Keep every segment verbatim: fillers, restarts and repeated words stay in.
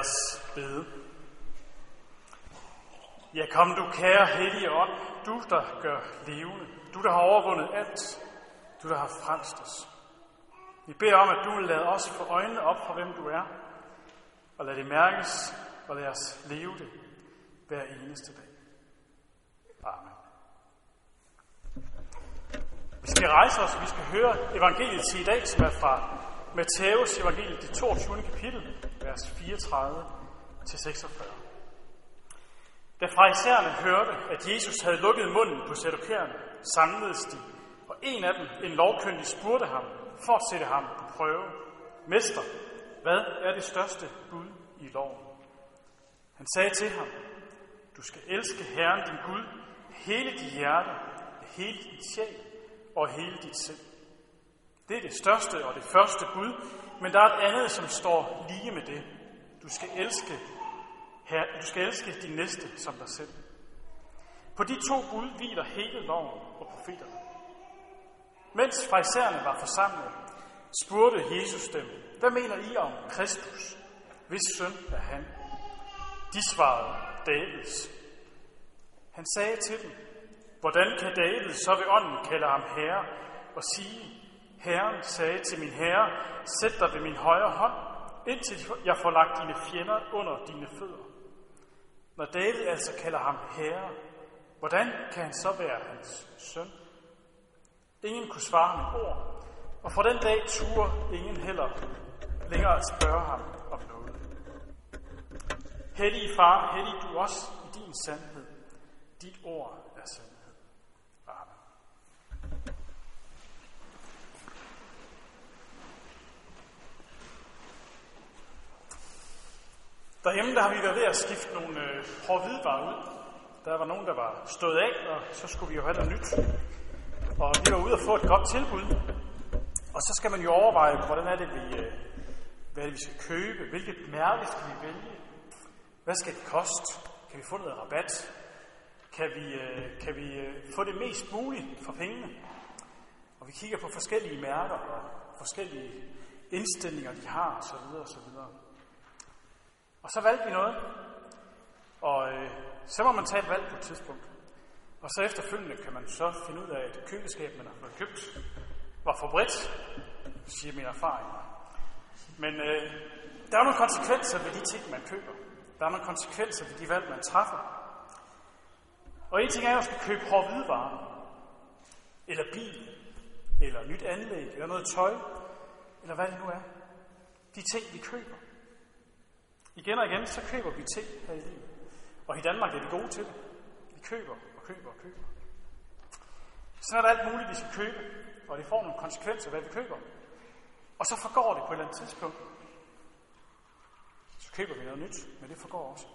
os bede. Ja, kom du, kære hellige ånd, du der gør levende, du der har overvundet alt, du der har frelst os. Vi beder om, at du vil lade os få øjnene op for, hvem du er, og lad det mærkes, og lad os leve det hver eneste dag. Amen. Vi skal rejse os, og vi skal høre evangeliet til i dag, som er fra Matthæus evangeliet, det toogtyvende kapitel, vers fireogtredive til seksogfyrre. Da farisæerne hørte, at Jesus havde lukket munden på saddukæerne, samledes de, og en af dem, en lovkyndig, spurgte ham, for at sætte ham på prøve: Mester, hvad er det største bud i loven? Han sagde til ham: Du skal elske Herren din Gud, hele dit hjerte, hele dit sjæl og hele dit sind. Det er det største og det første bud, men der er et andet, som står lige med det. Du skal elske, her, du skal elske din næste som dig selv. På de to bud hviler hele loven og profeterne. Mens farisæerne var forsamlet, spurgte Jesus dem: Hvad mener I om Kristus? Hvis søn er han? De svarede: Davids. Han sagde til dem: Hvordan kan David så ved ånden kalde ham herre og sige: Herren sagde til min herre, sæt dig ved min højre hånd, indtil jeg får lagt dine fjender under dine fødder. Når David altså kalder ham herre, hvordan kan han så være hans søn? Ingen kunne svare ham et ord, og fra den dag turde ingen heller længere at spørge ham om noget. Hellige far, hellig du også i din sandhed. Dit ord er sandhed. Amen. Derhjemme der har vi været ved at skifte nogle øh, hårde hvidevarer ud. Der var nogen, der var stået af, og så skulle vi jo have noget nyt. Og vi var ude og få et godt tilbud. Og så skal man jo overveje, hvordan er det, vi, øh, hvad er det, vi skal købe, hvilket mærke skal vi vælge, hvad skal det koste, kan vi få noget rabat, kan vi, øh, kan vi øh, få det mest muligt for pengene. Og vi kigger på forskellige mærker og forskellige indstillinger, de har, osv. osv. Og så valgte vi noget, og øh, så må man tage et valg på et tidspunkt. Og så efterfølgende kan man så finde ud af, at køleskab, man har fået købt, var for bredt, siger min erfaring. Men øh, der er nogle konsekvenser ved de ting, man køber. Der er nogle konsekvenser ved de valg, man træffer. Og en ting er, at man skal købe hårde hvidevarer, eller bil, eller nyt anlæg, eller noget tøj, eller hvad det nu er. De ting, vi køber. Igen og igen, så køber vi ting her i livet. Og i Danmark er vi gode til det. Vi køber og køber og køber. Så er der alt muligt, vi skal købe, og det får nogle konsekvenser, hvad vi køber. Og så forgår det på et eller andet tidspunkt. Så køber vi noget nyt, men det forgår også.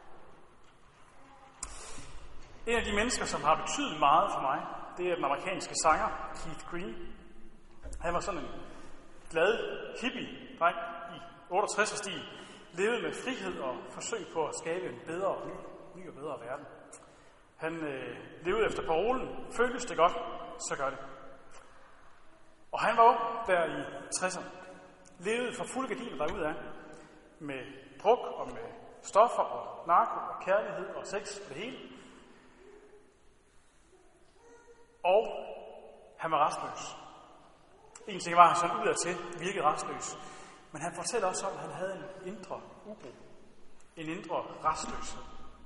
En af de mennesker, som har betydet meget for mig, det er den amerikanske sanger Keith Green. Han var sådan en glad hippie-dreng i otteogtres-stil, levede med frihed og forsøg på at skabe en bedre og ny, ny og bedre verden. Han øh, levede efter parolen: føles det godt, så gør det. Og han var ung der i tresserne. Levede for fuld gardiner derudad, med druk og med stoffer og narko og kærlighed og sex og det hele. Og han var rastløs. En ting var, at han sådan udadtil virkede rastløs. Men han fortæller også om, at han havde en indre uro. En indre rastløshed.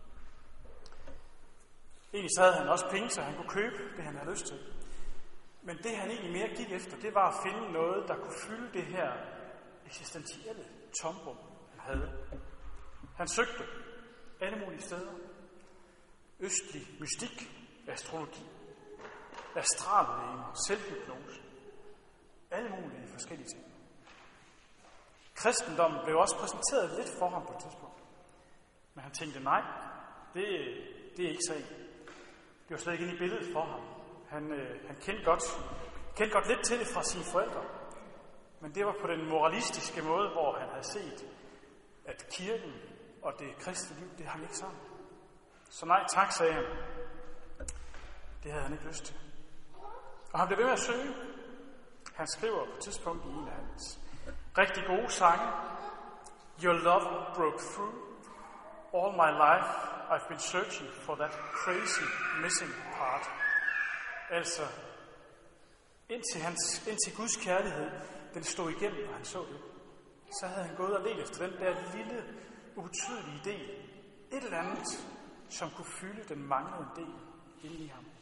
Egentlig så havde han også penge, så han kunne købe det, han havde lyst til. Men det, han egentlig mere gik efter, det var at finde noget, der kunne fylde det her eksistentielle tomrum, han havde. Han søgte alle mulige steder. Østlig mystik, astrologi, astrallægen, selvhypnose. Alle mulige forskellige ting. Kristendommen blev også præsenteret lidt for ham på et tidspunkt. Men han tænkte, nej, det, det er ikke sagen. Det var slet ikke inde i billedet for ham. Han, øh, han kendte, godt, kendte godt lidt til det fra sine forældre. Men det var på den moralistiske måde, hvor han havde set, at kirken og det kristne liv, det hang ikke sammen. Så nej tak, sagde han. Det havde han ikke lyst til. Og han blev ved med at søge. Han skriver på et tidspunkt i en af hans rigtig gode sange: Your love broke through. All my life I've been searching for that crazy missing part. Altså, indtil, hans, indtil Guds kærlighed, den stod igennem, og han så det, så havde han gået og let efter den der lille, ubetydelige del. Et eller andet, som kunne fylde den manglende del inde i ham.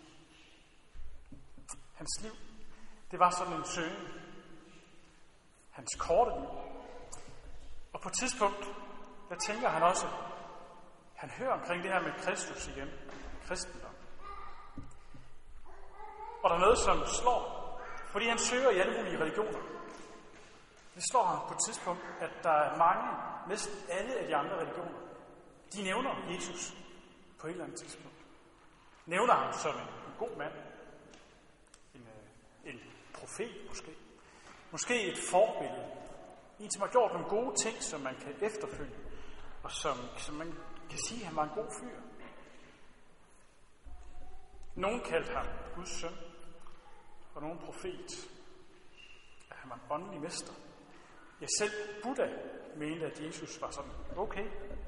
Hans liv, det var sådan en søgen. Hans korte liv. Og på et tidspunkt, der tænker han også, han hører omkring det her med Kristus igen, kristendom. Og der er noget, som slår, fordi han søger i alle mulige religioner. Det slår ham på et tidspunkt, at der er mange, næsten alle af de andre religioner, de nævner Jesus på et eller andet tidspunkt. Nævner ham som en, en god mand, en, en profet måske, måske et forbillede, en som har gjort nogle gode ting, som man kan efterfølge, og som, som man kan sige, at han var en god fyr. Nogen kaldte ham Guds søn, og nogen profet, at han var en åndelig mester. Ja, selv Buddha mente, at Jesus var sådan, okay.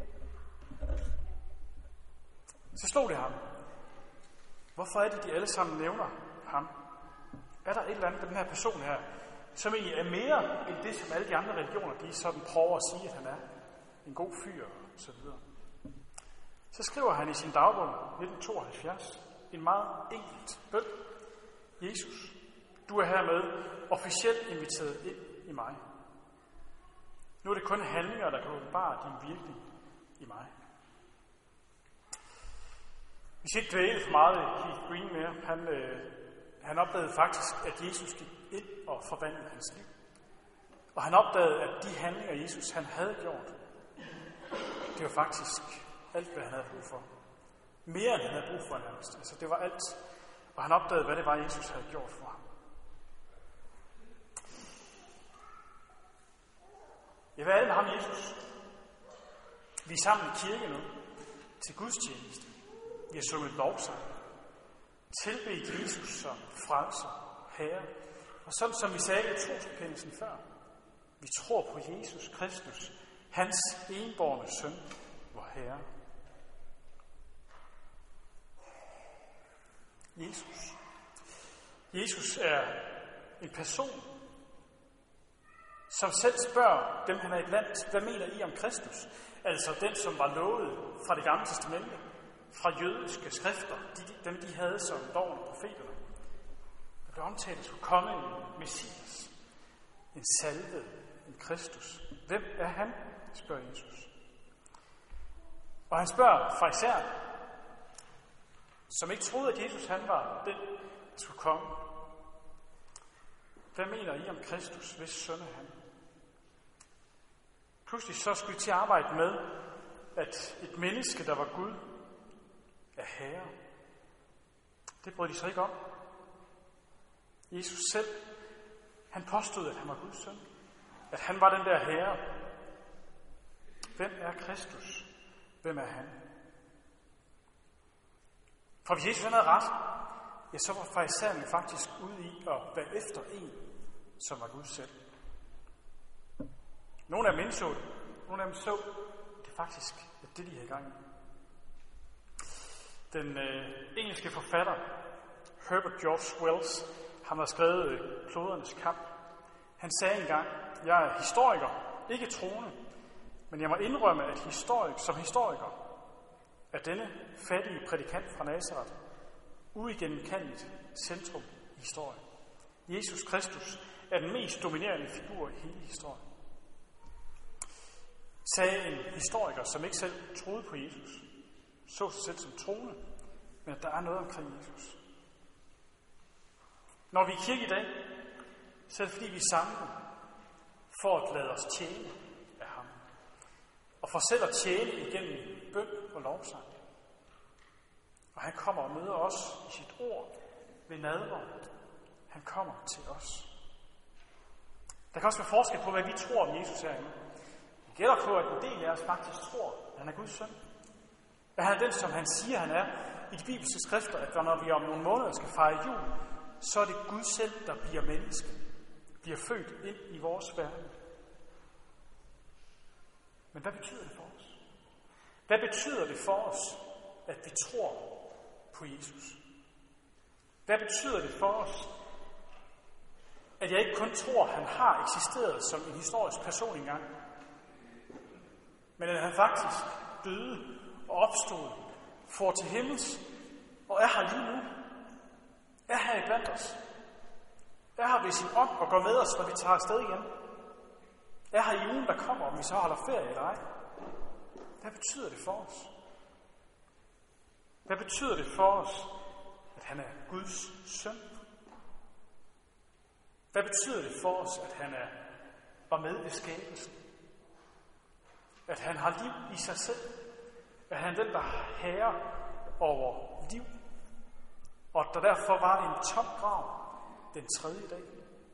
Så slog det ham. Hvorfor er det, de alle sammen nævner ham? Er der et eller andet med den her person her, som egentlig er mere end det, som alle de andre religioner, de sådan prøver at sige, at han er en god fyr og så videre. Så skriver han i sin dagbog nitten tooghalvfjerds en meget enkelt bøn. Jesus, du er hermed officielt inviteret ind i mig. Nu er det kun handlinger, der kan åbenbare din virkning i mig. Vi skal ikke dvæle for meget i Keith Green mere. Han, øh, han opdagede faktisk, at Jesus gik ind og forvandlede hans liv. Og han opdagede, at de handlinger, Jesus han havde gjort, det var faktisk alt, hvad han havde brug for. Mere end han havde brug for nærmest. Altså, det var alt. Og han opdagede, hvad det var, Jesus havde gjort for ham. Ja, hvad er det med ham, Jesus? Vi er sammen i kirke nu, til gudstjeneste. Vi har sunget lovsang. Tilbedt Jesus som frelser, herre. Og sådan som vi sagde i trosbekendelsen før. Vi tror på Jesus Kristus, hans enbårne søn, vor Herre. Jesus. Jesus er en person, som selv spørger dem, han er et land, hvad mener I om Kristus? Altså den, som var lovet fra det gamle testamente, fra jødiske skrifter, de, dem de havde som loven og profeterne. Der blev omtalt, at skulle komme en Messias, en salvet, en Kristus. Hvem er han? Spørger Jesus. Og han spørger fra især, som ikke troede, at Jesus han var den, der skulle komme. Hvad mener I om Kristus, hvis søn er han? Pludselig så skulle vi til at arbejde med, at et menneske, der var Gud, er herre. Det brød de sig ikke om. Jesus selv, han påstod, at han var Guds søn. At han var den der herre. Hvem er Kristus? Hvem er han? For hvis Jesus han havde ret, ja, så var farisæerne faktisk ude i at være efter en, som var Gud selv. Nogle af dem indså det. Nogle af dem så, det er faktisk det, de havde i gang i. Den øh, engelske forfatter, Herbert George Wells, han har skrevet øh, Klodernes kamp. Han sagde engang, jeg er historiker, ikke troende, men jeg må indrømme, at historik, som historiker er denne fattige prædikant fra Nazareth uigenkendeligt centrum i historien. Jesus Kristus er den mest dominerende figur i hele historien. Sagde en historiker, som ikke selv troede på Jesus, så sig selv som troende, men at der er noget omkring Jesus. Når vi er i kirke i dag, så er det fordi vi er samlet for at lade os tjene af ham. Og for selv at tjene igennem bøn og lovsang. Og han kommer og møder os i sit ord ved nadveren. Han kommer til os. Der kan også være forskel på, hvad vi tror om Jesus herinde. Det gælder på, at en del af os faktisk tror, at han er Guds søn. At han er den, som han siger, han er i de bibelske skrifter, at når vi om nogle måneder skal fejre jul, så er det Gud selv, der bliver menneske, bliver født ind i vores verden. Men hvad betyder det for os? Hvad betyder det for os, at vi tror på Jesus? Hvad betyder det for os, at jeg ikke kun tror, at han har eksisteret som en historisk person engang, men at han faktisk døde og opstod, for til himmels og er her lige nu, er her iblandt os, er her ved sin ånd og går med os, når vi tager afsted igen, er her i ugen, der kommer, om vi så holder ferie eller ej. Hvad betyder det for os? Hvad betyder det for os, at han er Guds søn? Hvad betyder det for os, at han er, var med ved skabelsen? At han har liv i sig selv? At han er den, der har herre over liv? Og at der derfor var en tom grav den tredje dag?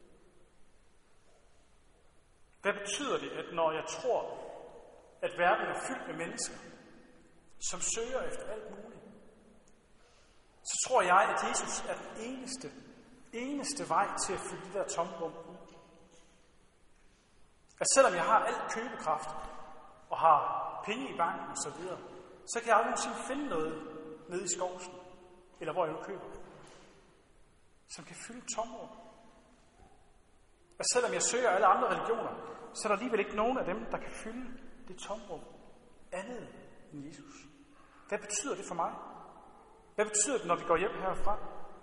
Hvad betyder det, at når jeg tror, at verden er fyldt med mennesker, som søger efter alt muligt, så tror jeg, at Jesus er den eneste, eneste vej til at fylde det der tomrum ud. At selvom jeg har al købekraft og har penge i banken osv., så kan jeg aldrig nogensinde finde noget nede i skovsen, eller hvor jeg nu køber, som kan fylde tomrum. At selvom jeg søger alle andre religioner, så er der alligevel ikke nogen af dem, der kan fylde det tomrum andet end Jesus. Hvad betyder det for mig? Hvad betyder det, når vi går hjem herfra?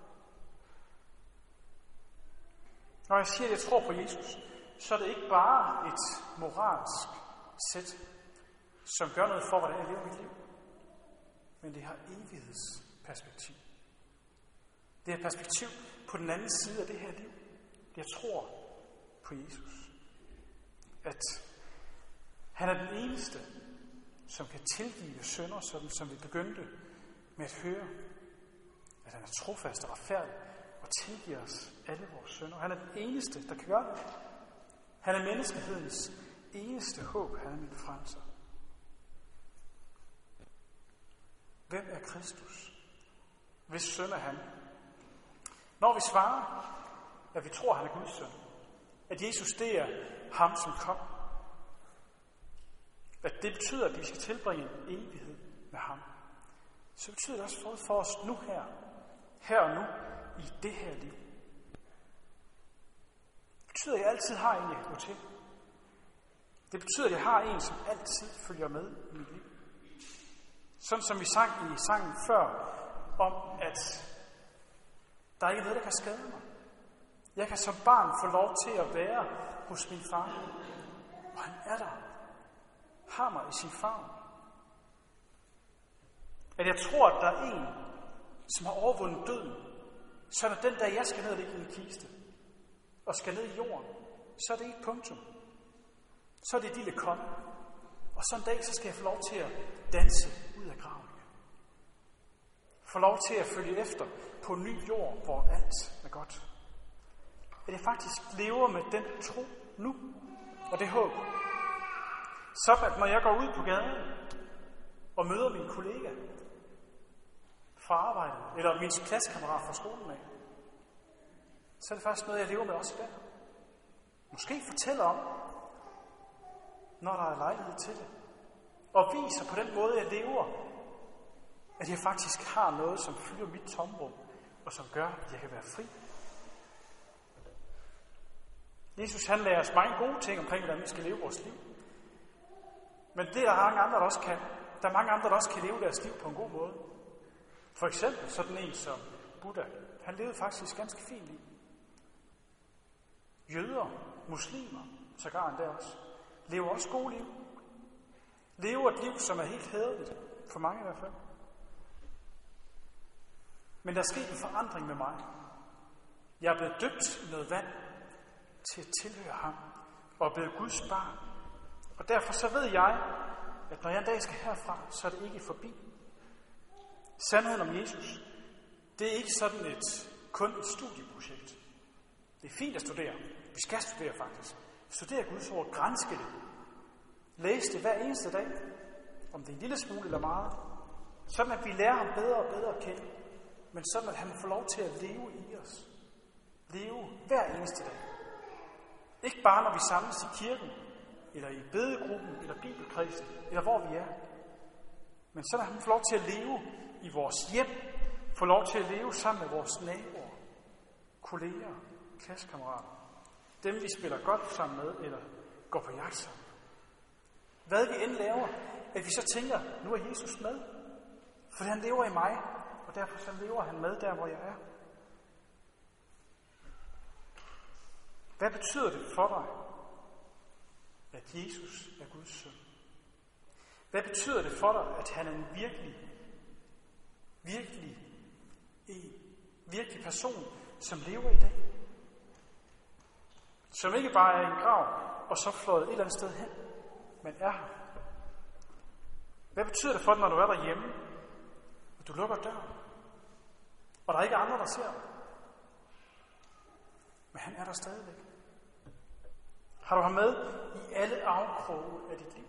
Når jeg siger, at jeg tror på Jesus, så er det ikke bare et moralsk sæt, som gør noget for, hvordan jeg lever mit liv. Men det har evighedsperspektiv. Det har perspektiv på den anden side af det her liv. Jeg tror på Jesus. At han er den eneste, som kan tilgive synder, sådan som vi begyndte med at høre. At han er trofast og retfærdig og tilgiver os alle vores synder. Han er den eneste, der kan gøre det. Han er menneskehedens eneste håb. Han er min frelser. Hvem er Kristus? Hvis søn er han? Når vi svarer, at vi tror, han er Guds søn, at Jesus det er ham, som kom, at det betyder, at vi skal tilbringe en evighed med ham, så betyder det også for os nu her, her og nu, i det her liv. Det betyder, at jeg altid har en, jeg kan gå til. Det betyder, at jeg har en, som altid følger med i mit liv. Sådan som vi sang i sangen før, om at der er ikke noget, der kan skade mig. Jeg kan som barn få lov til at være hos min far. Og han er der. Har mig i sin favn. At jeg tror, at der er en, som har overvundet døden, så er den dag, jeg skal ned og ligge i en kiste, og skal ned i jorden, så er det ikke punktum. Så er det et lille komme. Og så en dag, så skal jeg få lov til at danse ud af graven. Få lov til at følge efter på en ny jord, hvor alt er godt. At jeg faktisk lever med den tro nu, og det håb. Så at når jeg går ud på gaden og møder min kollega fra arbejdet, eller min klassekammerat fra skolen af, så er det faktisk noget, jeg lever med også i dag. Måske fortæller om, når der er lejlighed til det. Og viser på den måde, jeg lever, at jeg faktisk har noget, som fylder mit tomrum, og som gør, at jeg kan være fri. Jesus, han lærer os mange gode ting omkring, hvordan vi skal leve vores liv. Men det er der mange andre, der også kan. Der er mange andre, der også kan leve deres liv på en god måde. For eksempel sådan en som Buddha. Han levede faktisk ganske fint liv. Jøder, muslimer, sågar endda også, lever også gode liv. Lever et liv, som er helt hæderligt. For mange i hvert fald. Men der er sket en forandring med mig. Jeg er blevet døbt i noget vand til at tilhøre ham, og er blevet Guds barn. Og derfor så ved jeg, at når jeg en dag skal herfra, så er det ikke forbi. Sandheden om Jesus, det er ikke sådan et kun et studieprojekt. Det er fint at studere. Vi skal studere faktisk. Studere Guds ord, granske det. Læs det hver eneste dag, om det er en lille smule eller meget. Sådan at vi lærer ham bedre og bedre at kende. Men sådan at han får lov til at leve i os. Leve hver eneste dag. Ikke bare når vi samles i kirken, eller i bedegruppen, eller bibelkredsen, eller hvor vi er. Men så lader han få lov til at leve i vores hjem, få lov til at leve sammen med vores naboer, kolleger, klassekammerater, dem vi spiller golf sammen med, eller går på jagt sammen. Hvad vi end laver, at vi så tænker, nu er Jesus med, for han lever i mig, og derfor så lever han med der, hvor jeg er. Hvad betyder det for dig, at Jesus er Guds søn? Hvad betyder det for dig, at han er en virkelig, virkelig, en virkelig person, som lever i dag? Som ikke bare er i en grav, og så fløjet et eller andet sted hen, men er her. Hvad betyder det for dig, når du er derhjemme, og du lukker døren, og der er ikke andre, der ser dig? Men han er der stadigvæk. Har du ham med i alle afkroge af dit liv?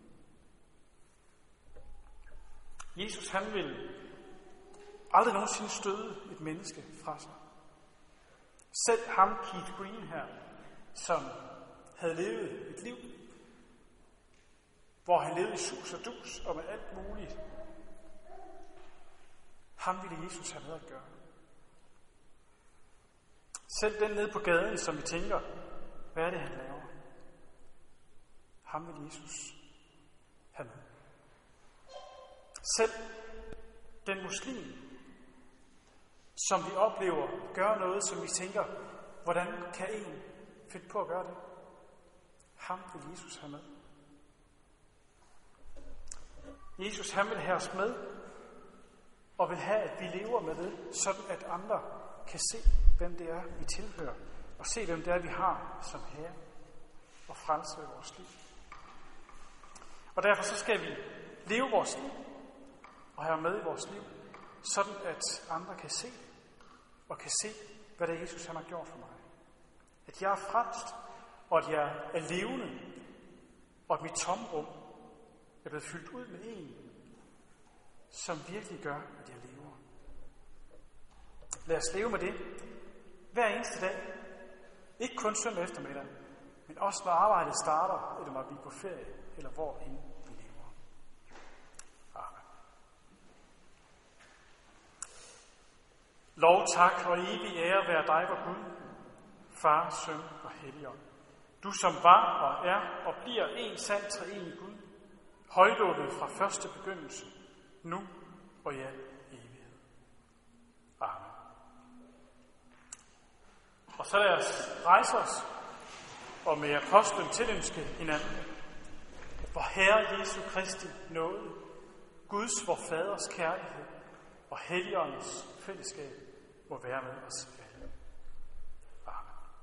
Jesus, han vil aldrig nogensinde støde et menneske fra sig. Selv ham, Keith Green her, som havde levet et liv, hvor han levede i sus og dus og med alt muligt, ham ville Jesus have med at gøre. Selv den nede på gaden, som vi tænker, hvad er det, han laver? Ham vil Jesus have med. Selv den muslim, som vi oplever, gør noget, som vi tænker, hvordan kan en finde på at gøre det? Ham vil Jesus have med. Jesus, han vil have os med, og vil have, at vi lever med det, sådan at andre kan se, hvem det er, vi tilhører, og se, hvem det er, vi har som herre og frelse i vores liv. Og derfor så skal vi leve vores liv og have med i vores liv, sådan at andre kan se og kan se, hvad det er, Jesus han har gjort for mig. At jeg er frelst, og at jeg er levende, og at mit tomrum er blevet fyldt ud med en, som virkelig gør, at jeg lever. Lad os leve med det hver eneste dag. Ikke kun søndag eftermiddag, men også når arbejdet starter, eller når vi er på ferie, eller hvor end vi lever. Amen. Lov, tak og evig ære være dig, vor Gud, Far, Søn og Helligånd. Du som var og er og bliver en sand treenig Gud, højlovet fra første begyndelse, nu og i al evighed. Amen. Og så lad os rejse os og med apostlen tilønske hinanden, hvor Herre Jesu Kristi nåde, Guds vor Faders kærlighed og Helligåndens fællesskab må være med os alle.